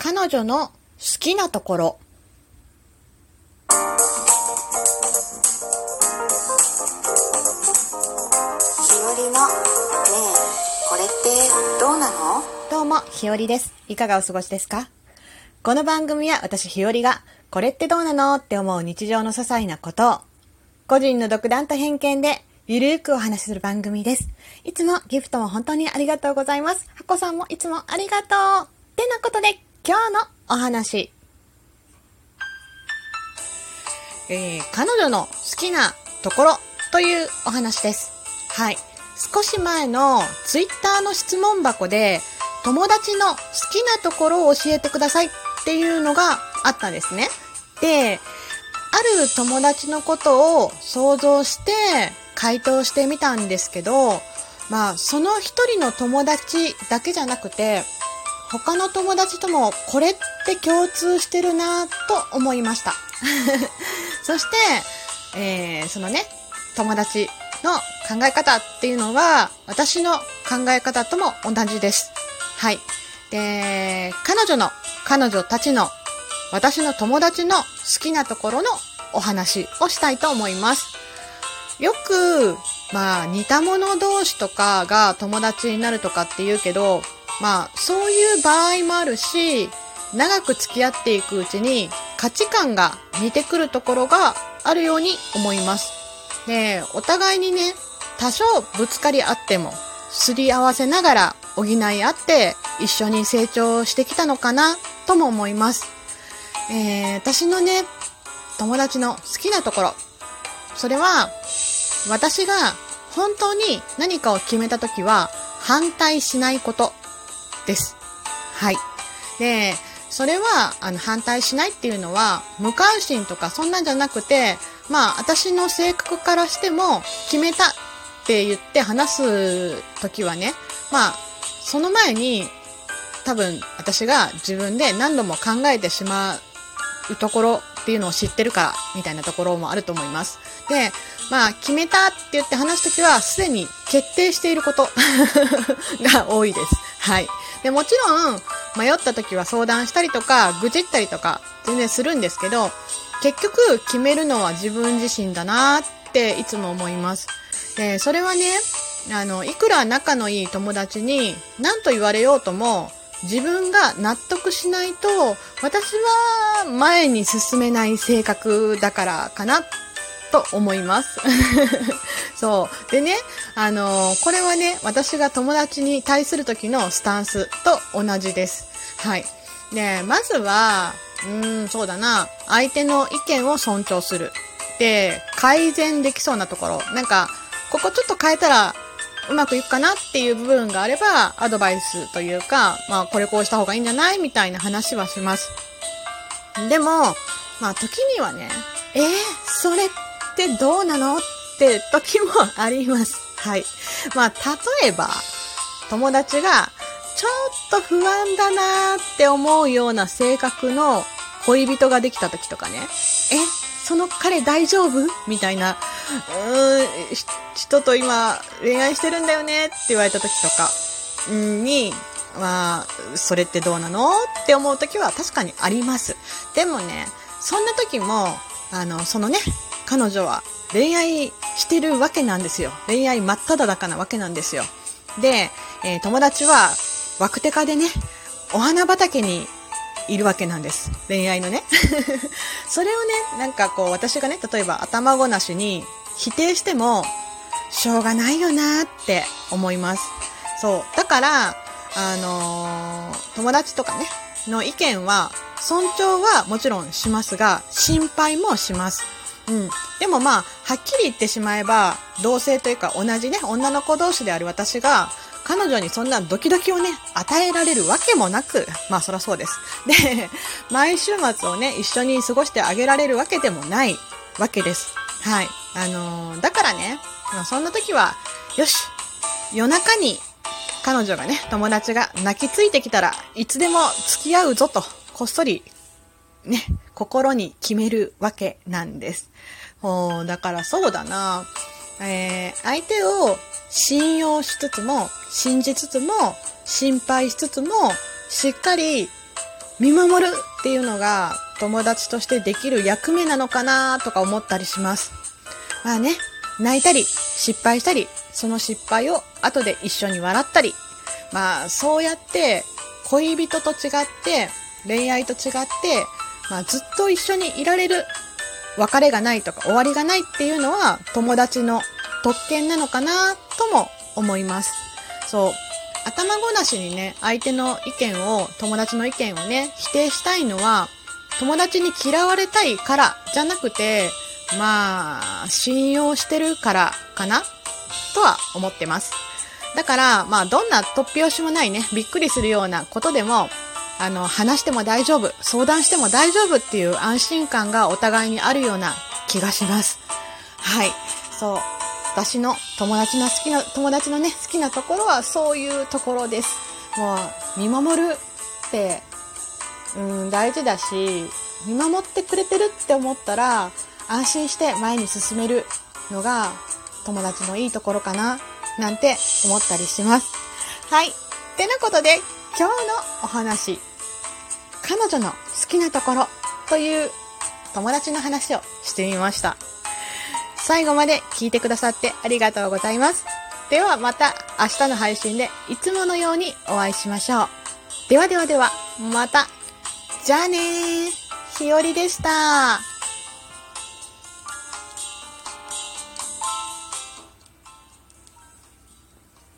彼女の好きなところ。 ひよりのねえ、これってどうなの？ どうも、ひよりです。いかがお過ごしですか？この番組は私ひよりがこれってどうなのって思う日常の些細なことを個人の独断と偏見でゆるーくお話しする番組です。いつもギフトも本当にありがとうございます。はこさんもいつもありがとう。てなことで今日のお話、彼女の好きなところというお話です。はい。少し前のツイッターの質問箱で友達の好きなところを教えてくださいっていうのがあったんですね。で、ある友達のことを想像して回答してみたんですけど、その一人の友達だけじゃなくて他の友達ともこれって共通してるなと思いましたそして、そのね友達の考え方っていうのは私の考え方とも同じです。はい。で、彼女たちの私の友達の好きなところのお話をしたいと思います。よく似た者同士とかが友達になるとかって言うけど、そういう場合もあるし、長く付き合っていくうちに価値観が似てくるところがあるように思います。で、お互いにね、多少ぶつかり合ってもすり合わせながら補い合って一緒に成長してきたのかなとも思います。私のね、友達の好きなところ、それは私が本当に何かを決めたときは反対しないことです。はい。で、それは反対しないっていうのは無関心とかそんなんじゃなくて、私の性格からしても決めたって言って話すときはね、その前に多分私が自分で何度も考えてしまうところっていうのを知ってるからみたいなところもあると思います。で、決めたって言って話すときはすでに決定していることが多いです。はい。で、もちろん迷ったときは相談したりとか愚痴ったりとか全然するんですけど、結局決めるのは自分自身だなっていつも思います。で、それはね、いくら仲のいい友達に何と言われようとも自分が納得しないと私は前に進めない性格だからかなと思いますそう。でね、これはね、私が友達に対する時のスタンスと同じです。はい。で、まずは、そうだな、相手の意見を尊重する。で、改善できそうなところ。ここちょっと変えたらうまくいくかなっていう部分があれば、アドバイスというか、これこうした方がいいんじゃないみたいな話はします。でも、時にはね、それってどうなのって時もあります。はい。例えば、友達がちょっと不安だなーって思うような性格の恋人ができた時とかね、その彼大丈夫みたいな、人と今恋愛してるんだよねって言われた時とかに、それってどうなのって思う時は確かにあります。でもね、そんな時もそのね、彼女は恋愛してるわけなんですよ。恋愛真っ只中なわけなんですよ。で、友達はワクテカでね、お花畑にいるわけなんです。恋愛のね。それをね、私がね、例えば頭ごなしに否定してもしょうがないよなって思います。そう。だから、友達とかね、の意見は尊重はもちろんしますが、心配もします。でもはっきり言ってしまえば、同性というか同じね、女の子同士である私が、彼女にそんなドキドキをね、与えられるわけもなく、そらそうです。で、毎週末をね、一緒に過ごしてあげられるわけでもないわけです。はい。だからね、そんな時は、よし、夜中に彼女がね、友達が泣きついてきたらいつでも付き合うぞとこっそりね、心に決めるわけなんです。だからそうだな、相手を信用しつつも信じつつも心配しつつもしっかり見守るっていうのが友達としてできる役目なのかなとか思ったりします。まあね、泣いたり失敗したり、その失敗を後で一緒に笑ったり、まあそうやって恋人と違って恋愛と違って、まあずっと一緒にいられる、別れがないとか終わりがないっていうのは友達の特権なのかなとも思います。そう、頭ごなしにね、相手の意見を、友達の意見をね、否定したいのは、友達に嫌われたいからじゃなくて、まあ、信用してるからかなとは思ってます。だから、まあ、どんな突拍子もないね、びっくりするようなことでも、話しても大丈夫、相談しても大丈夫っていう安心感がお互いにあるような気がします。はい。そう。私の友達のね、好きなところはそういうところです。もう、見守るって、大事だし、見守ってくれてるって思ったら、安心して前に進めるのが友達のいいところかな、なんて思ったりします。はい。てなことで、今日のお話、彼女の好きなところという友達の話をしてみました。最後まで聞いてくださってありがとうございます。ではまた明日の配信でいつものようにお会いしましょう。では、また。じゃあねー。ひよりでした。